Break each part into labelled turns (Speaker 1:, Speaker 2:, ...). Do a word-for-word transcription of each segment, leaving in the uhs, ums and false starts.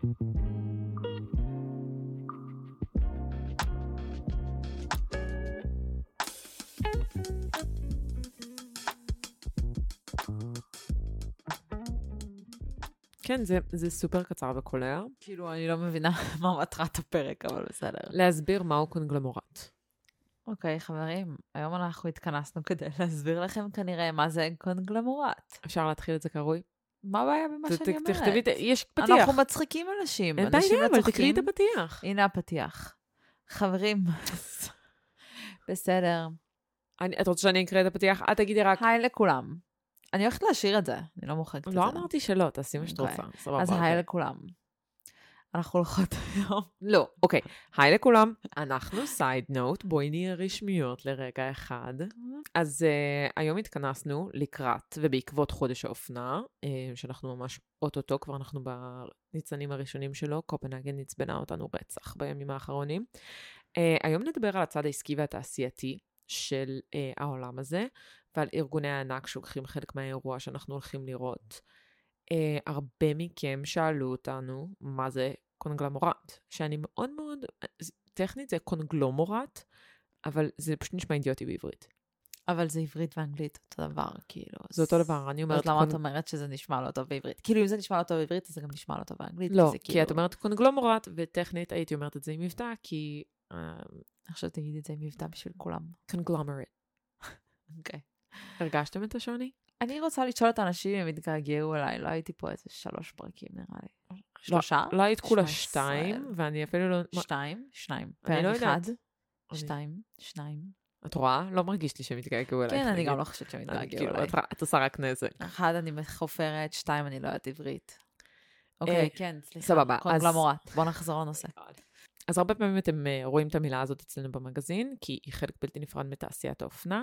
Speaker 1: כן, זה, זה סופר קצר וקולר.
Speaker 2: כאילו, אני לא מבינה מה מטרת הפרק, אבל בסדר.
Speaker 1: להסביר מהו קונגלומורט.
Speaker 2: אוקיי, חברים, היום אנחנו התכנסנו כדי להסביר לכם כנראה מה זה קונגלומורט.
Speaker 1: אפשר להתחיל את זה קרוי?
Speaker 2: מה הבעיה במה שאני אומרת?
Speaker 1: תכתבי, יש פתיח.
Speaker 2: אנחנו מצחיקים אנשים.
Speaker 1: אין בעיה, אבל תקראי את הפתיח.
Speaker 2: הנה הפתיח. חברים, בסדר.
Speaker 1: את רוצה שאני אקרא את הפתיח? את תגידי רק...
Speaker 2: היי לכולם. אני הולכת להשאיר את זה, אני לא מוחקת את זה.
Speaker 1: לא אמרתי שלא, תעשי מה שתרופה.
Speaker 2: אז היי לכולם. אנחנו הולכות היום.
Speaker 1: לא, אוקיי. היי לכולם. אנחנו סייד נוט, בואי נהיה רשמיות לרגע אחד. אז היום התכנסנו לקראת ובעקבות חודש האופנה, שאנחנו ממש אוטוטו, כבר אנחנו בניצנים הראשונים שלו, קופנהגן נצבנה אותנו רצח בימים האחרונים. היום נדבר על הצד העסקי והתעשייתי של העולם הזה, ועל ארגוני הענק שלוקחים חלק מהאירוע שאנחנו הולכים לראות. Uh, הרבה מכם שאלו אותנו מה זה קונגלומורט, שאני מאוד מאוד, טכנית זה קונגלומורט, אבל זה פשוט נשמע אידיוטי בעברית.
Speaker 2: אבל זה עברית ואנגלית אותו דבר, כאילו.
Speaker 1: זה אותו דבר, אני אומרת...
Speaker 2: אז למה את אומרת שזה נשמע לא טוב בעברית? כאילו אם זה נשמע לא טוב בעברית, אז זה גם נשמע לא טוב באנגלית.
Speaker 1: לא, כי
Speaker 2: כאילו...
Speaker 1: את אומרת קונגלומורט, וטכנית הייתי אומרת את זה עם מבטא, כי...
Speaker 2: עכשיו תגידי את זה עם מבטא בשביל כולם.
Speaker 1: קונגלומורט.
Speaker 2: אוקיי.
Speaker 1: הרגשתם את השוני?
Speaker 2: אני רוצה לשאול את האנשים אם הם התגעגעו אליי, לא הייתי פה איזה שלוש פרקים נראה לי. שלושה?
Speaker 1: לא היית כולה שתיים, ואני אפילו לא...
Speaker 2: שתיים? שניים.
Speaker 1: אני לא יודעת.
Speaker 2: שתיים? שניים.
Speaker 1: את רואה? לא מרגיש לי שהם התגעגעו אליי.
Speaker 2: כן, אני גם לא חושבת שהם התגעגעו אליי.
Speaker 1: את עושה רק נזק.
Speaker 2: אחד, אני חופרת, שתיים, אני לא יודעת עברית. אוקיי, כן, סליחה.
Speaker 1: סבבה.
Speaker 2: קונגלומורט. בוא נחזור לנושא.
Speaker 1: אז הרבה פעמים אתם רואים את המילה הזאת אצלנו במגזין, כי היא חלק בלתי נפרד מתעשיית האופנה.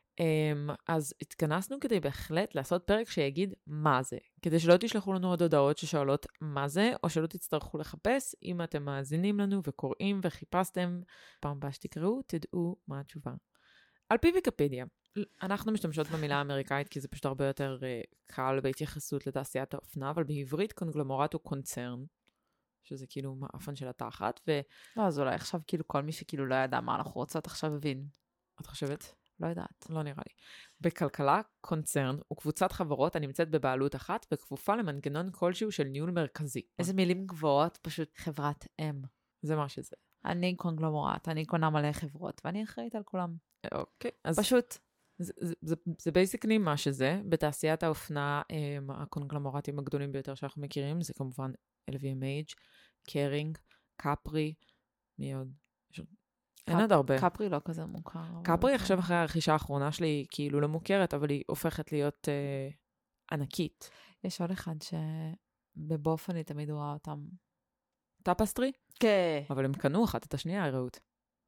Speaker 1: אז התכנסנו כדי בהחלט לעשות פרק שיגיד מה זה, כדי שלא תשלחו לנו עוד הודעות ששואלות מה זה, או שלא תצטרכו לחפש. אם אתם מאזינים לנו וקוראים וחיפשתם, פעם הבאה שתקראו, תדעו מה התשובה. על פי ויקיפדיה, אנחנו משתמשות במילה האמריקאית, כי זה פשוט הרבה יותר uh, קל בהתייחסות לתעשיית האופנה, אבל בעברית קונגלומורט הוא קונצרן, שזה כאילו מאפן של התחת, ו...
Speaker 2: לא, אז אולי עכשיו כאילו כל מי שכאילו לא ידע מה אנחנו רוצות עכשיו הבין.
Speaker 1: את חושבת?
Speaker 2: לא יודעת.
Speaker 1: לא נראה לי. בכלכלה, קונצרן הוא קבוצת חברות הנמצאת בבעלות אחת וכפופה למנגנון כלשהו של ניהול מרכזי.
Speaker 2: איזה מילים גבוהות, פשוט חברת אם.
Speaker 1: זה מה שזה.
Speaker 2: אני קונגלומורט, אני קונה מלא חברות, ואני אחראית על כולם.
Speaker 1: אוקיי. אז
Speaker 2: פשוט.
Speaker 1: זה, זה, זה, זה בייסיקלי מה שזה. בתעשיית האופנה, הם, הקונגלומורטים הגדולים ביותר שאנחנו מכירים, זה כמובן אל וי אם אייץ', קרינג, קפרי, מי עוד? אין עוד הרבה.
Speaker 2: קפרי לא כזה מוכר.
Speaker 1: קפרי עכשיו אחרי הרכישה האחרונה שלי, כאילו לא מוכרת, אבל היא הופכת להיות אה, ענקית.
Speaker 2: יש עוד אחד שבבופן אני תמיד רואה אותם.
Speaker 1: טאפסטרי?
Speaker 2: כן.
Speaker 1: אבל הם קנו אחת את השנייה, רעות.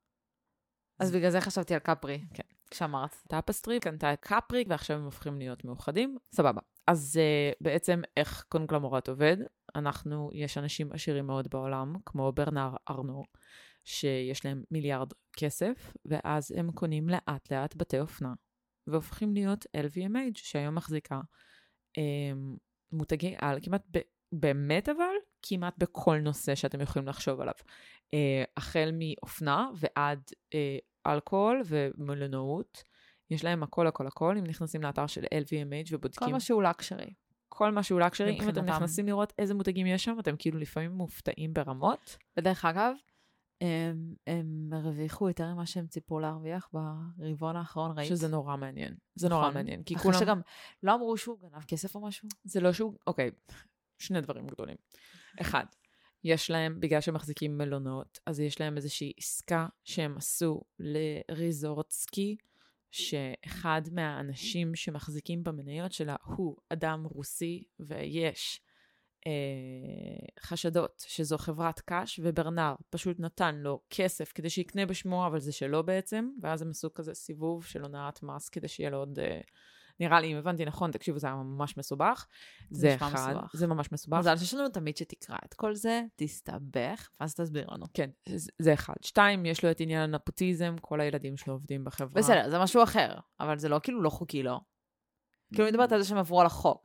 Speaker 2: אז בגלל זה חשבתי על קפרי.
Speaker 1: כן.
Speaker 2: כשאמרת.
Speaker 1: טאפסטרי קנתה את קפרי, ועכשיו הם הופכים להיות מאוחדים. סבבה. אז uh, בעצם איך קונגלומורט עובד? אנחנו, יש אנשים עשירים מאוד בעולם, כמו ברנר ארנו, שיש להם מיליארד כסף, ואז הם קונים לאט לאט בתי אופנה, והופכים להיות אל וי אם אייץ' שהיום מחזיקה um, מותגי על, כמעט ב... באמת אבל, כמעט בכל נושא שאתם יכולים לחשוב עליו. Uh, החל מאופנה ועד uh, אלכוהול ומלונאות, יש להם הכל הכל הכל, אם נכנסים לאתר של אל וי אם אייץ' ובודקים...
Speaker 2: כל מה שהוא לקשרי.
Speaker 1: כל מה שהוא לקשרי, אם אתם נכנסים לראות איזה מותגים יש שם, אתם כאילו לפעמים מופתעים ברמות.
Speaker 2: בדרך אגב, הם, הם הרוויחו יותר ממה שהם ציפו להרוויח ברבעון האחרון, ראית?
Speaker 1: שזה נורא מעניין. זה נורא מעניין. כי
Speaker 2: אחרי
Speaker 1: כולם...
Speaker 2: שגם לא אמרו שהוא גנב כסף או משהו?
Speaker 1: זה לא שהוא... אוקיי, שני דברים גדולים. אחד, יש להם, בגלל שהם מחזיקים מלונות, אז יש להם איזושהי עסקה שהם עשו לריזורט סקי, שאחד מהאנשים שמחזיקים במניות שלה הוא אדם רוסי, ויש אה, חשדות שזו חברת קש, וברנר פשוט נתן לו כסף כדי שיקנה בשמו, אבל זה שלו בעצם, ואז הם עשו כזה סיבוב של הונאת מס, כדי שיהיה לו עוד... אה, נראה לי, אם הבנתי נכון, תקשיבו, זה היה ממש מסובך. זה, זה אחד, מסובך. זה ממש מסובך.
Speaker 2: מזל שיש לנו תמיד שתקרא את כל זה, תסתבך, ואז תסביר לנו.
Speaker 1: כן, זה, זה אחד. שתיים, יש לו את עניין הנפוטיזם, כל הילדים שלו עובדים בחברה.
Speaker 2: בסדר, זה משהו אחר, אבל זה לא כאילו לא חוקי, לא. כאילו מדברת על זה שהם עברו על החוק.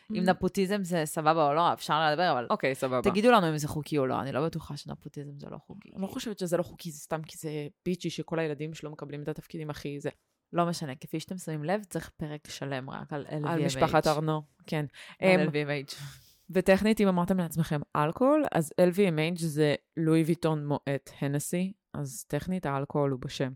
Speaker 2: אם נפוטיזם זה סבבה או לא, אפשר לדבר, אבל...
Speaker 1: אוקיי, סבבה.
Speaker 2: תגידו לנו אם זה חוקי או לא, אני לא בטוחה שנפוטיזם זה לא חוקי.
Speaker 1: אני לא חושבת שזה לא חוקי, זה סתם כי זה ביצ'י שכל הילדים שלו מקבלים את התפקידים הכי זה.
Speaker 2: לא משנה, כפי שאתם שמים לב, צריך פרק שלם רק על אל וי אם אייץ'.
Speaker 1: על משפחת ארנו, כן.
Speaker 2: על אל וי אם אייץ'.
Speaker 1: וטכנית, אם אמרתם לעצמכם אלכוהול, אז אל וי אם אייץ' זה לואי ויטון מועט הנסי, אז טכנית האלכוהול הוא בשם.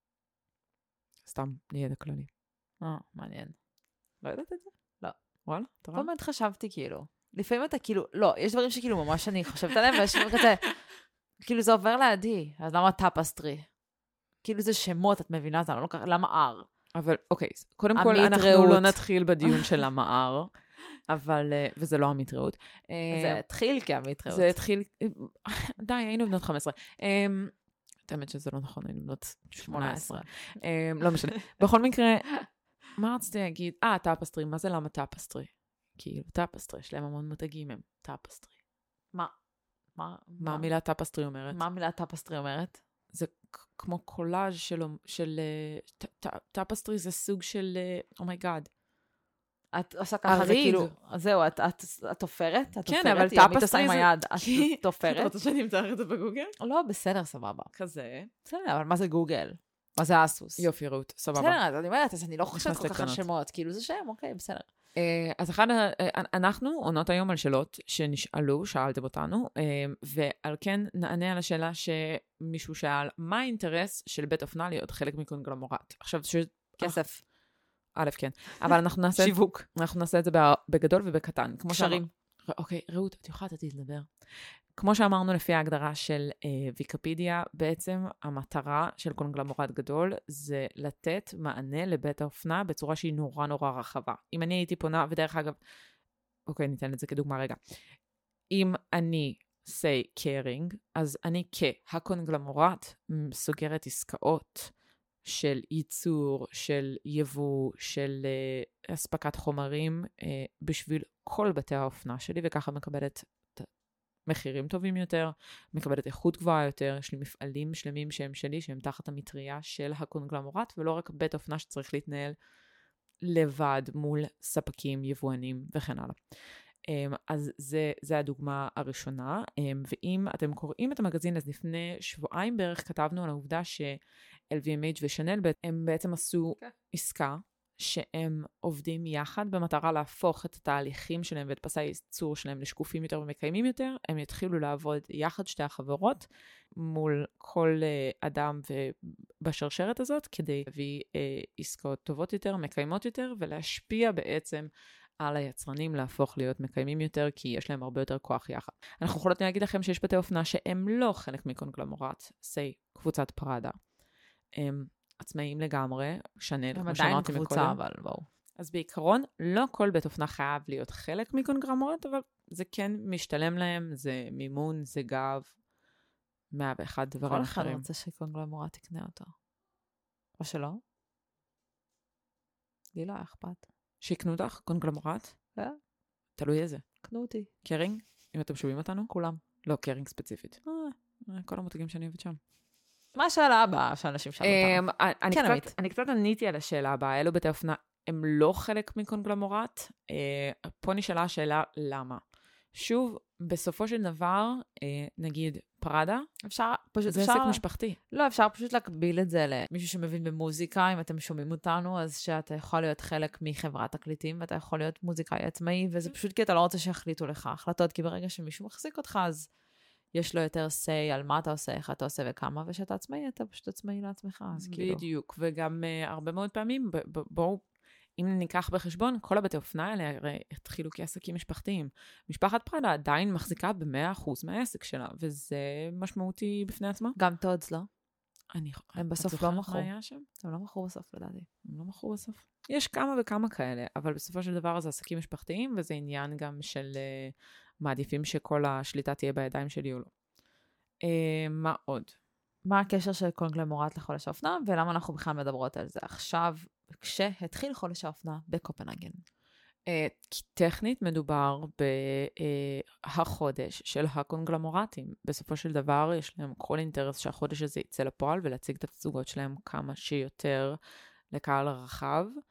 Speaker 1: סתם, לידע כללי.
Speaker 2: אה, מעניין.
Speaker 1: לא יודעת את זה?
Speaker 2: לא.
Speaker 1: וואלה, אתה רואה?
Speaker 2: כל מיני חשבתי כאילו. לפעמים אתה כאילו, לא, יש דברים שכאילו ממש אני חושבת עליהם, ויש דברים כזה, כאילו זה עובר לידי, אז למה טאפסטרי? כאילו זה שמות, את מבינה, זה לא לוקח, למה אר?
Speaker 1: אבל אוקיי, קודם כל אנחנו לא נתחיל בדיון של למה אר, אבל, וזה לא עמית רעות.
Speaker 2: זה התחיל כעמית רעות.
Speaker 1: זה התחיל, די, היינו בנות חמש עשרה. האמת שזה לא נכון, היינו בנות שמונה עשרה. לא משנה. בכל מקרה, מה רציתי להגיד? אה, טאפסטרי, מה זה למה טאפסטרי? כאילו, טאפסטרי, יש להם המון מותגים הם, טאפסטרי.
Speaker 2: מה? מה?
Speaker 1: מה המילה טאפסטרי אומרת?
Speaker 2: מה המילה טאפסטרי אומרת?
Speaker 1: זה כמו קולאז' של, טאפסטרי זה סוג של, אומייגאד.
Speaker 2: את עושה ככה, זה כאילו, זהו, את תופרת?
Speaker 1: כן, אבל טאפסטרי
Speaker 2: זה... עם היד, את תופרת?
Speaker 1: אתה רוצה שאני אמצא את זה בגוגל?
Speaker 2: לא, בסדר, סבבה.
Speaker 1: כזה.
Speaker 2: בסדר, אבל מה זה גוגל? מה זה אסוס?
Speaker 1: יופי, רות, סבבה.
Speaker 2: בסדר, אז אני אומרת, אז אני לא חושבת כל כך על שמות, כאילו זה שם, אוקיי, בסדר.
Speaker 1: אז אחד, אנחנו עונות היום על שאלות שנשאלו, שאלתם אותנו, ועל כן נענה על השאלה שמישהו שאל, מה האינטרס של בית אופנה להיות חלק מקונגלומרט? עכשיו,
Speaker 2: כסף.
Speaker 1: א', כן. אבל אנחנו נעשה...
Speaker 2: שיווק.
Speaker 1: אנחנו נעשה את זה בגדול ובקטן.
Speaker 2: קשרים.
Speaker 1: אוקיי, רעות, את יכולה לתת לי לדבר. כמו שאמרנו לפי ההגדרה של אה, ויקיפדיה, בעצם המטרה של קונגלומרט גדול זה לתת מענה לבית האופנה בצורה שהיא נורא נורא רחבה. אם אני הייתי פונה, ודרך אגב, אוקיי, ניתן את זה כדוגמה רגע. אם אני say caring, אז אני כהקונגלומרט סוגרת עסקאות של ייצור, של יבוא, של uh, הספקת חומרים uh, בשביל כל בתי האופנה שלי, וככה מקבלת מחירים טובים יותר, מקבלת איכות גבוהה יותר, יש לי מפעלים שלמים שהם שלי, שהם תחת המטריה של הקונגלומרט, ולא רק בית אופנה שצריך להתנהל לבד מול ספקים, יבואנים וכן הלאה. Um, אז זה, זה הדוגמה הראשונה, um, ואם אתם קוראים את המגזין, אז לפני שבועיים בערך כתבנו על העובדה ש-אל וי אם אייץ' ושנל, הם בעצם עשו okay. עסקה, שהם עובדים יחד במטרה להפוך את התהליכים שלהם ואת פסי הייצור שלהם לשקופים יותר ומקיימים יותר, הם יתחילו לעבוד יחד שתי החברות מול כל uh, אדם בשרשרת הזאת, כדי להביא uh, עסקאות טובות יותר, מקיימות יותר, ולהשפיע בעצם על היצרנים להפוך להיות מקיימים יותר, כי יש להם הרבה יותר כוח יחד. אנחנו יכולות להגיד לכם שיש בתי אופנה שהם לא חלק מקונגלומרט, say, קבוצת פראדה. הם עצמאיים לגמרי, שנל, כמו שאמרתי מקודם.
Speaker 2: קבוצה, אבל בואו.
Speaker 1: אז בעיקרון, לא כל בית אופנה חייב להיות חלק מקונגלומרט, אבל זה כן משתלם להם, זה מימון, זה גב, מאה ואחד דברים אחרים.
Speaker 2: כל אחד רוצה שקונגלומרט תקנה אותו. או שלא? לי לא אכפת.
Speaker 1: שיקנו אותך, קונגלומרט?
Speaker 2: כן.
Speaker 1: תלוי איזה.
Speaker 2: קנו אותי.
Speaker 1: קרינג? אם אתם שומעים אותנו?
Speaker 2: כולם.
Speaker 1: לא, קרינג ספציפית. אה, כל המותגים שאני אוהבת שם.
Speaker 2: מה השאלה הבאה שאנשים שאלו אותם?
Speaker 1: אני קצת עניתי על השאלה הבאה. אלו בתי אופנה, הם לא חלק מקונגלומרט. פה נשאלה השאלה למה. שוב, בסופו של דבר, נגיד פראדה,
Speaker 2: אפשר פשוט...
Speaker 1: זה עסק משפחתי.
Speaker 2: לא, אפשר פשוט להקביל את זה למישהו שמבין במוזיקה, אם אתם שומעים אותנו, אז שאתה יכול להיות חלק מחברת תקליטים, ואתה יכול להיות מוזיקאי עצמאי, וזה פשוט כי אתה לא רוצה שיחליטו לך החלטות, כי ברגע שמישהו מחזיק אותך, אז יש לו יותר say על מה אתה עושה, איך אתה עושה וכמה, ושאתה עצמאי, אתה פשוט עצמאי לעצמך, אז כאילו...
Speaker 1: בדיוק, וגם uh, הרבה מאוד פעמים, בואו, אם ניקח בחשבון, כל הבתי אופנה האלה הרי התחילו כעסקים משפחתיים. משפחת פראדה עדיין מחזיקה ב-מאה אחוז מהעסק שלה, וזה משמעותי בפני עצמה.
Speaker 2: גם טודס, לא?
Speaker 1: אני...
Speaker 2: הם בסוף לא מכרו.
Speaker 1: מה היה שם?
Speaker 2: הם לא מכרו בסוף, לדעתי.
Speaker 1: הם לא מכרו בסוף. יש כמה וכמה כאלה, אבל בסופו של דבר זה עסקים משפחתיים, וזה עניין גם של uh, מעדיפים שכל השליטה תהיה בידיים שלי או לא. Uh, מה עוד?
Speaker 2: מה הקשר של קונגלומרט לחודש האופנה, ולמה אנחנו בכלל מדברות על זה עכשיו, כשהתחיל חודש האופנה בקופנהגן?
Speaker 1: Uh, כי טכנית מדובר בחודש uh, של הקונגלומרטים. בסופו של דבר יש להם כל אינטרס שהחודש הזה יצא לפועל, ולהציג את התצוגות שלהם כמה שיותר לקהל הרחב.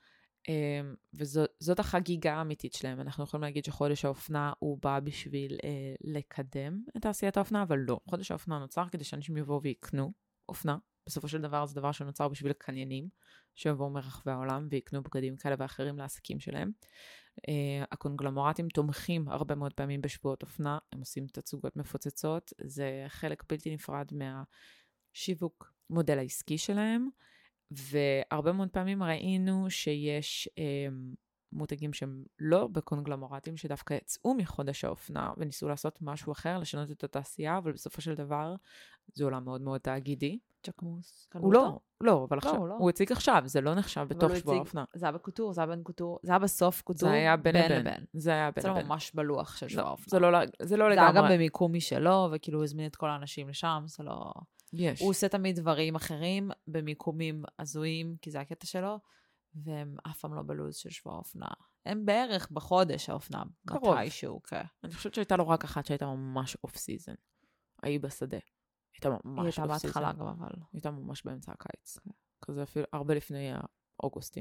Speaker 1: וזאת החגיגה האמיתית שלהם. אנחנו יכולים להגיד שחודש האופנה הוא בא בשביל אה, לקדם את תעשיית האופנה, אבל לא. חודש האופנה נוצר כדי שאנשים יבואו ויקנו אופנה. בסופו של דבר זה דבר שנוצר בשביל קניינים, שיבואו מרחבי העולם ויקנו בגדים כאלה ואחרים לעסקים שלהם. Uh, הקונגלומרטים תומכים הרבה מאוד פעמים בשבועות אופנה, הם עושים תצוגות מפוצצות, זה חלק בלתי נפרד מהשיווק מודל העסקי שלהם, והרבה מאוד פעמים ראינו שיש um, מותגים שהם לא בקונגלומרטים, שדווקא יצאו מחודש האופנה וניסו לעשות משהו אחר, לשנות את התעשייה, אבל בסופו של דבר זה עולם מאוד מאוד תאגידי.
Speaker 2: צ'קמוס.
Speaker 1: הוא לא, לא, אבל עכשיו,
Speaker 2: הוא לא.
Speaker 1: הוא הציג עכשיו, זה לא נחשב בתוך שבוע האופנה.
Speaker 2: זה היה בקוטור, זה היה בין קוטור, זה היה בסוף קוטור,
Speaker 1: זה היה בין
Speaker 2: בין
Speaker 1: לבין. זה היה בין
Speaker 2: זה
Speaker 1: לבין.
Speaker 2: לא ממש בלוח של שבוע האופנה.
Speaker 1: זה לא, זה לא
Speaker 2: זה היה גם
Speaker 1: לגמרי.
Speaker 2: במיקום משלו, וכאילו הוא הזמין את כל האנשים לשם, זה לא...
Speaker 1: יש.
Speaker 2: הוא עושה תמיד דברים אחרים במיקומים הזויים, כי זה הקטע שלו, והם אף פעם לא בלוז של שבוע האופנה. הם בערך בחודש האופנה,
Speaker 1: קרוב.
Speaker 2: מתישהו, כן.
Speaker 1: אני חושבת שהייתה לו רק אחת שהייתה ממש אוף סיזן. ההיא בשדה. הייתה ממש
Speaker 2: היא הייתה
Speaker 1: אוף סיזן.
Speaker 2: בהתחלה גם, אבל...
Speaker 1: הייתה ממש באמצע הקיץ. כזה אפילו הרבה לפני האוגוסטים.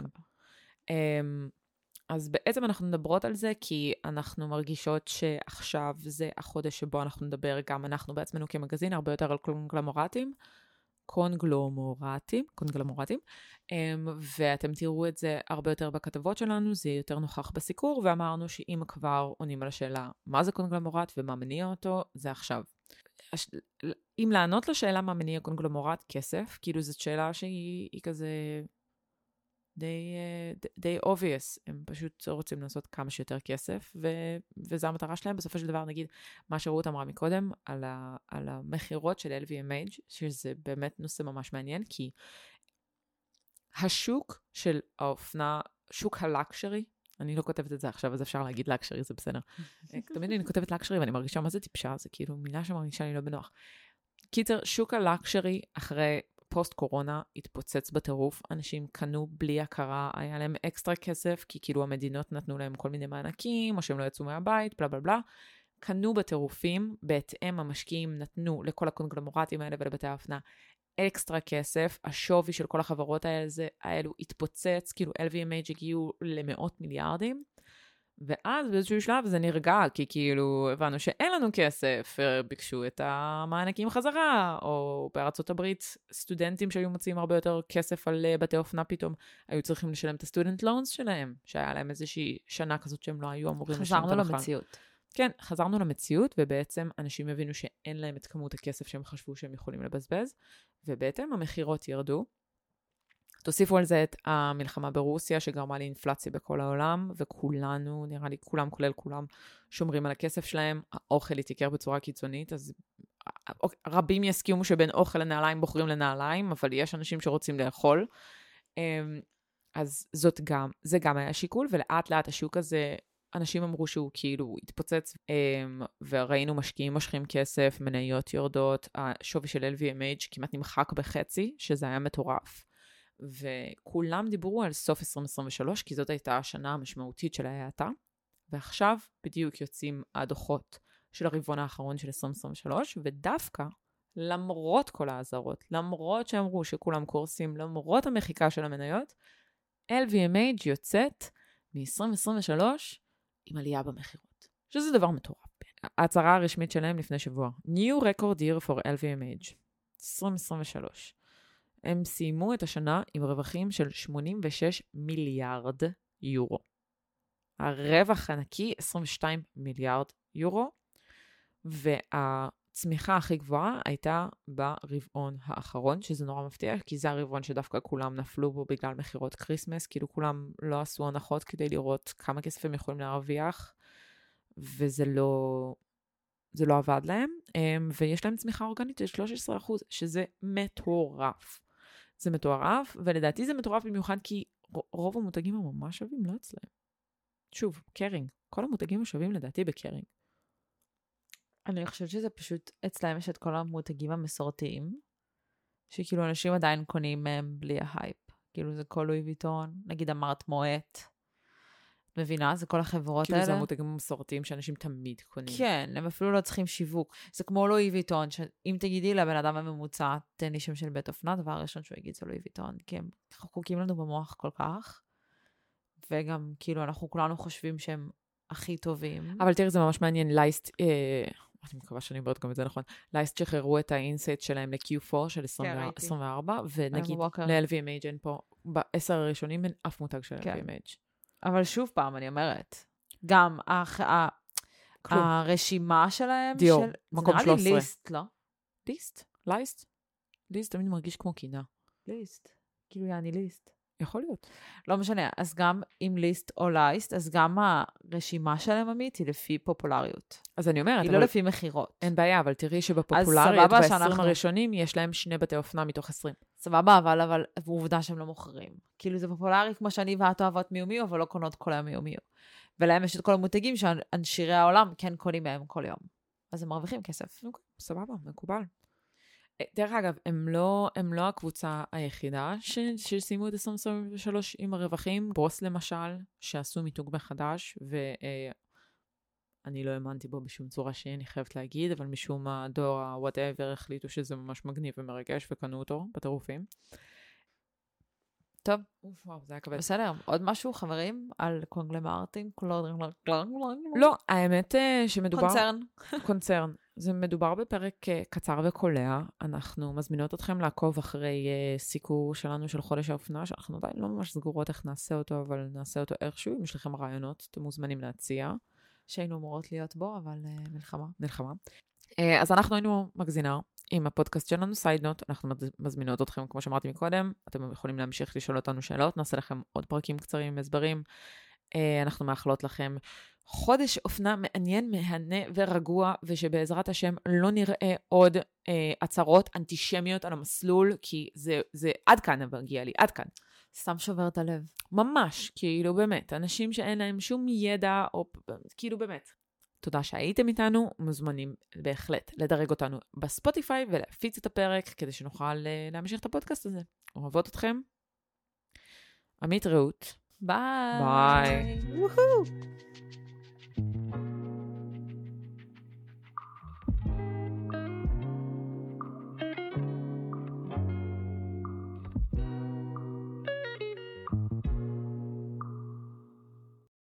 Speaker 1: אז בעצם אנחנו מדברות על זה, כי אנחנו מרגישות שעכשיו זה החודש שבו אנחנו נדבר גם אנחנו בעצמנו כמגזין, הרבה יותר על קונגלומרטים. קונגלומרטים, קונגלומרטים, ואתם תראו את זה הרבה יותר בכתבות שלנו, זה יותר נוכח בסיקור, ואמרנו שאם כבר עונים על השאלה מה זה קונגלומרט ומה מניע אותו, זה עכשיו. אם לענות לשאלה מה מניע קונגלומרט, כסף, כאילו זאת שאלה שהיא כזה די, די obvious, הם פשוט רוצים לעשות כמה שיותר כסף, ו, וזו המטרה שלהם. בסופו של דבר, נגיד, מה שרות אמרה מקודם, על, ה, על המחירות של אל וי אם אייץ', שזה באמת נושא ממש מעניין, כי השוק של האופנה, שוק הלקשרי, אני לא כותבת את זה עכשיו, אז אפשר להגיד לקשרי, זה בסדר. תמיד אני כותבת לקשרי, ואני מרגישה מה זה טיפשה, זה כאילו מילה שמרגישה לי לא בנוח. קיצר, שוק הלקשרי, אחרי פוסט קורונה, התפוצץ בטירוף, אנשים קנו בלי הכרה, היה להם אקסטרה כסף, כי כאילו המדינות נתנו להם כל מיני מענקים, או שהם לא יצאו מהבית, בלה בלה בלה, קנו בטירופים, בהתאם המשקיעים נתנו לכל הקונגלומרטים האלה ולבתי האופנה, אקסטרה כסף, השווי של כל החברות האלה, האלו התפוצץ, כאילו אל וי אם אייץ' הגיעו למאות מיליארדים, ואז באיזשהו שלב זה נרגע, כי כאילו הבנו שאין לנו כסף, ביקשו את המענקים חזרה, או בארצות הברית סטודנטים שהיו מוצאים הרבה יותר כסף על בתי אופנה פתאום, היו צריכים לשלם את הסטודנט לונס שלהם, שהיה להם איזושהי שנה כזאת שהם לא היו אמורים לשלם את המחל.
Speaker 2: חזרנו למציאות.
Speaker 1: כן, חזרנו למציאות, ובעצם אנשים הבינו שאין להם את כמות הכסף שהם חשבו שהם יכולים לבזבז, ובעצם המחירות ירדו. תוסיפו על זה את המלחמה ברוסיה, שגרמה לאינפלציה בכל העולם, וכולנו, נראה לי כולם, כולל כולם, שומרים על הכסף שלהם, האוכל התייקר בצורה קיצונית, אז רבים יסכימו שבין אוכל לנעליים בוחרים לנעליים, אבל יש אנשים שרוצים לאכול, אז זאת גם, זה גם היה שיקול, ולאט לאט השוק הזה, אנשים אמרו שהוא כאילו התפוצץ, וראינו משקיעים מושכים כסף, מניות יורדות, השווי של אל וי אם אייץ' כמעט נמחק בחצי, שזה היה מטורף. וכולם דיברו על סוף עשרים עשרים ושלוש, כי זאת הייתה השנה המשמעותית של ההאטה, ועכשיו בדיוק יוצאים הדוחות של הרבעון האחרון של עשרים עשרים ושלוש, ודווקא למרות כל האזהרות, למרות שאמרו שכולם קורסים, למרות המחיקה של המניות, אל וי אם אייץ' יוצאת מ-עשרים עשרים ושלוש עם עלייה במחירות, שזה דבר מטורף. ההצהרה הרשמית שלהם לפני שבוע, New Record Year for אל וי אם אייץ', עשרים עשרים ושלוש. הם סיימו את השנה עם רווחים של שמונים ושש מיליארד יורו. הרווח הנקי עשרים ושתיים מיליארד יורו, והצמיחה הכי גבוהה הייתה ברבעון האחרון, שזה נורא מפתיע, כי זה הרבעון שדווקא כולם נפלו בו בגלל מחירות קריסמס, כאילו כולם לא עשו הנחות כדי לראות כמה כסף הם יכולים להרוויח, וזה לא... זה לא עבד להם, ויש להם צמיחה אורגנית של שלושה עשר אחוז, שזה מטורף. זה מטורף, ולדעתי זה מטורף במיוחד כי רוב המותגים הממש שווים לא אצלהם. שוב, קרינג. כל המותגים השווים לדעתי בקרינג.
Speaker 2: אני חושבת שזה פשוט, אצלהם יש את כל המותגים המסורתיים, שכאילו אנשים עדיין קונים מהם בלי ההייפ. כאילו זה כל לואי ויטון, נגיד אמרת מועט. מבינה? זה כל החברות
Speaker 1: כאילו
Speaker 2: האלה.
Speaker 1: כאילו זה המותגים המסורתיים שאנשים תמיד קונים.
Speaker 2: כן, הם אפילו לא צריכים שיווק. זה כמו לואי ויטון, שאם תגידי לבן אדם הממוצע, תן לי שם של בית אופנה, דבר ראשון שהוא יגיד זה לואי ויטון, כי הם חקוקים לנו במוח כל כך, וגם כאילו אנחנו כולנו חושבים שהם הכי טובים.
Speaker 1: אבל תראי, זה ממש מעניין, לייסט, אה, אני מקווה שאני אומרת גם את זה נכון, לייסט שחררו את האינסייט שלהם ל-קיו פור של עשרים וארבע, ונגיד ל-אל וי אם אייג' אין פה, בעשר הראשונים אין אף מותג של אל וי אם אייג'.
Speaker 2: אבל שוב פעם, אני אומרת, גם הרשימה שלהם,
Speaker 1: דיור, מקום שלוש עשרה.
Speaker 2: זה נראה לי ליסט, לא?
Speaker 1: ליסט? לייסט? ליסט תמיד מרגיש כמו קינה.
Speaker 2: ליסט, כאילו יעני ליסט.
Speaker 1: יכול להיות.
Speaker 2: לא משנה, אז גם עם ליסט או לייסט, אז גם הרשימה שלהם עמית היא לפי פופולריות.
Speaker 1: אז אני אומרת,
Speaker 2: היא לא לפי מחירות.
Speaker 1: אין בעיה, אבל תראי שבפופולריות ב-עשרים הראשונים יש להם שני בתי אופנה מתוך עשרים.
Speaker 2: סבבה, אבל, אבל עובדה שהם לא מוכרים. כאילו זה פופולרי כמו שאני ואת אוהבות מיו מיו, אבל לא קונות כל היום מיו מיו. ולהם יש את כל המותגים שאנשירי העולם כן קונים מהם כל יום. אז הם מרוויחים כסף.
Speaker 1: אוקיי, סבבה, מקובל. דרך אגב, הם לא, הם לא הקבוצה היחידה ש, שסיימו את עשרים עשרים ושלוש עם הרווחים. בוס למשל, שעשו מיתוג מחדש, ואני לא האמנתי בו בשום צורה שאני חייבת להגיד, אבל משום מה דור ה-whatever החליטו שזה ממש מגניב ומרגש, וקנו אותו בטירופים.
Speaker 2: טוב.
Speaker 1: וואו, זה היה כבד.
Speaker 2: בסדר, עוד משהו, חברים, על קונגלמרטים?
Speaker 1: לא, האמת שמדובר...
Speaker 2: קונצרן.
Speaker 1: קונצרן. זה מדובר בפרק קצר וקולע. אנחנו מזמינות אתכם לעקוב אחרי סיקור שלנו של חודש האופנה, שאנחנו עדיין לא ממש סגורות איך נעשה אותו, אבל נעשה אותו איכשהו. אם יש לכם רעיונות, אתם מוזמנים להציע.
Speaker 2: שהיינו אמורות להיות בו, אבל מלחמה.
Speaker 1: מלחמה. אז אנחנו היינו מגזינה עם הפודקאסט שלנו, סייד נוט. אנחנו מזמינות אתכם, כמו שאמרתי מקודם. אתם יכולים להמשיך לשאול אותנו שאלות. נעשה לכם עוד פרקים קצרים עם הסברים. אנחנו מאחלות לכם חודש אופנה מעניין, מהנה ורגוע, ושבעזרת השם לא נראה עוד אה, הצהרות אנטישמיות על המסלול, כי זה, זה עד כאן מגיע לי, עד כאן.
Speaker 2: סתם שובר את הלב.
Speaker 1: ממש, כאילו באמת, אנשים שאין להם שום ידע, או כאילו באמת. תודה שהייתם איתנו, מוזמנים בהחלט לדרג אותנו בספוטיפיי, ולהפיץ את הפרק, כדי שנוכל אה, להמשיך את הפודקאסט הזה. אוהבות אתכם. עמית רעות.
Speaker 2: ביי.
Speaker 1: ביי.
Speaker 2: וואו.